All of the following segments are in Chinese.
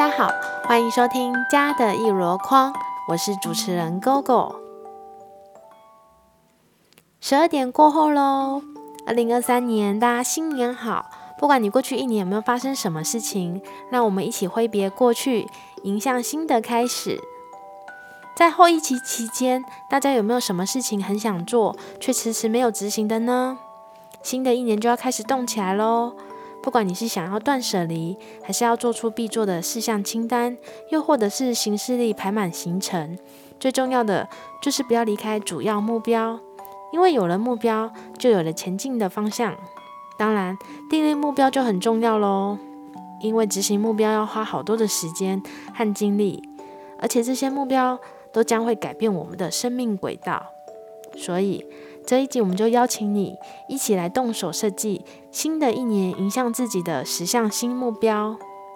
家好，欢迎收听家的一箩筐，我是主持人 GoGo。12点过后咯，2023年大家新年好！不管你过去一年有没有发生什么事情，让我们一起挥别过去，迎向新的开始。在后疫情期间，大家有没有什么事情很想做，却迟迟没有执行的呢？新的一年就要开始动起来咯。不管你是想要断舍离，还是要做出必做的事项清单，又或者是行事历排满行程，最重要的就是不要离开主要目标，因为有了目标，就有了前进的方向。当然，订立目标就很重要咯，因为执行目标要花好多的时间和精力，而且这些目标都将会改变我们的生命轨道。所以这一集我们就邀请你一起来动手设计新的一年迎向自己的10项新目标。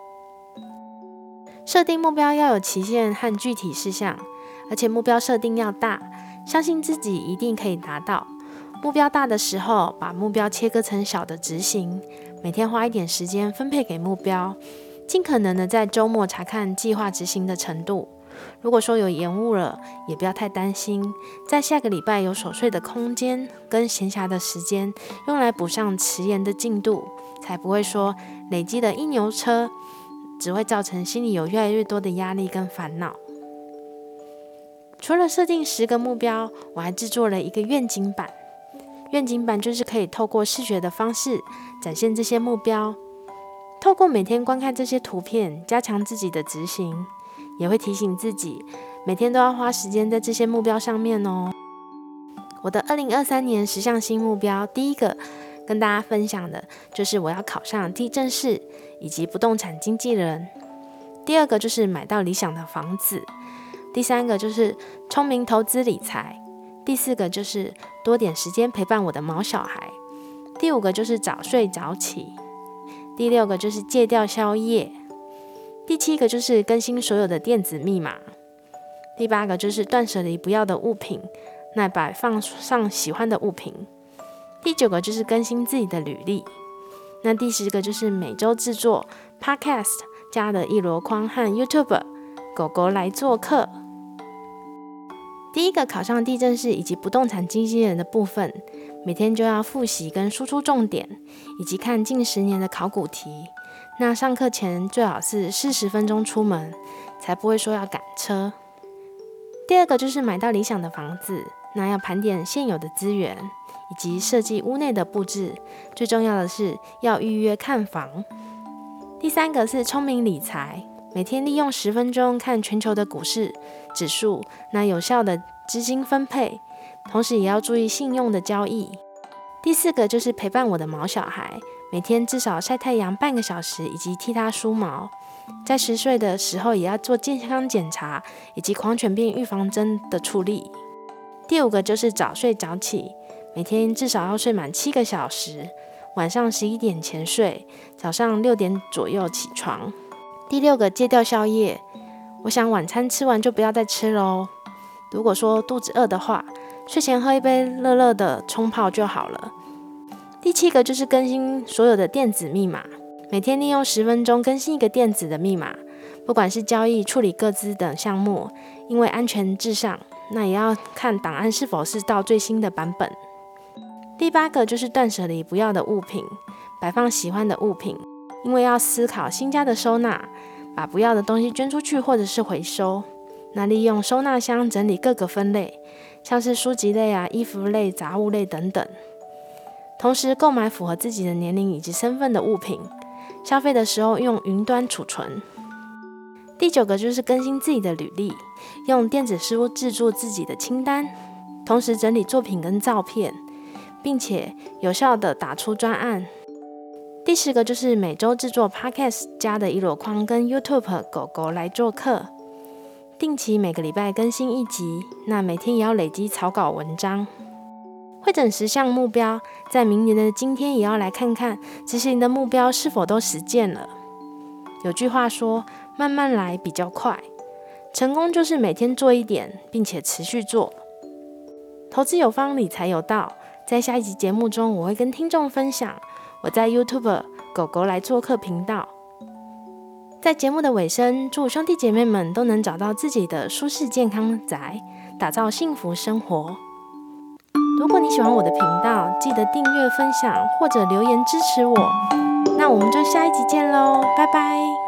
设定目标要有期限和具体事项，而且目标设定要大，相信自己一定可以达到。目标大的时候，把目标切割成小的执行，每天花一点时间分配给目标，尽可能的在周末查看计划执行的程度。如果说有延误了，也不要太担心，在下个礼拜有守岁的空间跟闲暇的时间，用来补上迟延的进度，才不会说累积的一牛车，只会造成心里有越来越多的压力跟烦恼。除了设定10个目标，我还制作了一个愿景板。愿景板就是可以透过视觉的方式展现这些目标，透过每天观看这些图片，加强自己的执行，也会提醒自己每天都要花时间在这些目标上面哦。我的2023年10项新目标，第一个跟大家分享的就是我要考上地政士以及不动产经纪人，第二个就是买到理想的房子，第三个就是聪明投资理财，第4个就是多点时间陪伴我的毛小孩，第5个就是早睡早起，第6个就是戒掉宵夜，第7个就是更新所有的电子密码，第8个就是断舍离不要的物品，那摆放上喜欢的物品，第9个就是更新自己的履历，那第10个就是每周制作 Podcast 家的一箩筐和 YouTube 狗狗来做客。第一个考上地政士以及不动产经纪人的部分，每天就要复习跟输出重点，以及看近10年的考古题。那上课前最好是40分钟出门，才不会说要赶车。第二个就是买到理想的房子，那要盘点现有的资源，以及设计屋内的布置。最重要的是要预约看房。第3个是聪明理财，每天利用10分钟看全球的股市指数，那有效的资金分配，同时也要注意信用的交易。第4个就是陪伴我的毛小孩，每天至少晒太阳半个小时，以及替他梳毛。在10岁的时候也要做健康检查，以及狂犬病预防针的处理。第5个就是早睡早起，每天至少要睡满7个小时，晚上11点前睡，早上6点左右起床。第6个戒掉宵夜，我想晚餐吃完就不要再吃咯。如果说肚子饿的话，睡前喝一杯热热的冲泡就好了。第7个就是更新所有的电子密码，每天利用10分钟更新一个电子的密码，不管是交易、处理个资等项目，因为安全至上，那也要看档案是否是到最新的版本。第8个就是断舍离不要的物品，摆放喜欢的物品，因为要思考新家的收纳，把不要的东西捐出去或者是回收。那利用收纳箱整理各个分类，像是书籍类衣服类、杂物类等等。同时购买符合自己的年龄以及身份的物品，消费的时候用云端储存。第9个就是更新自己的履历，用电子书制作自己的清单，同时整理作品跟照片，并且有效的打出专案。第10个就是每周制作 Podcast 家的一箩筐跟 YouTube 狗狗来做客，定期每个礼拜更新1集，那每天也要累积草稿文章。汇整10项目标，在明年的今天也要来看看执行的目标是否都实践了。有句话说，慢慢来比较快，成功就是每天做一点，并且持续做。投资有方，理财有道，在下一集节目中，我会跟听众分享我在 YouTube 狗狗来做客频道在节目的尾声，祝兄弟姐妹们都能找到自己的舒适健康宅，打造幸福生活。如果你喜欢我的频道，记得订阅、分享或者留言支持我。那我们就下一集见喽，拜拜。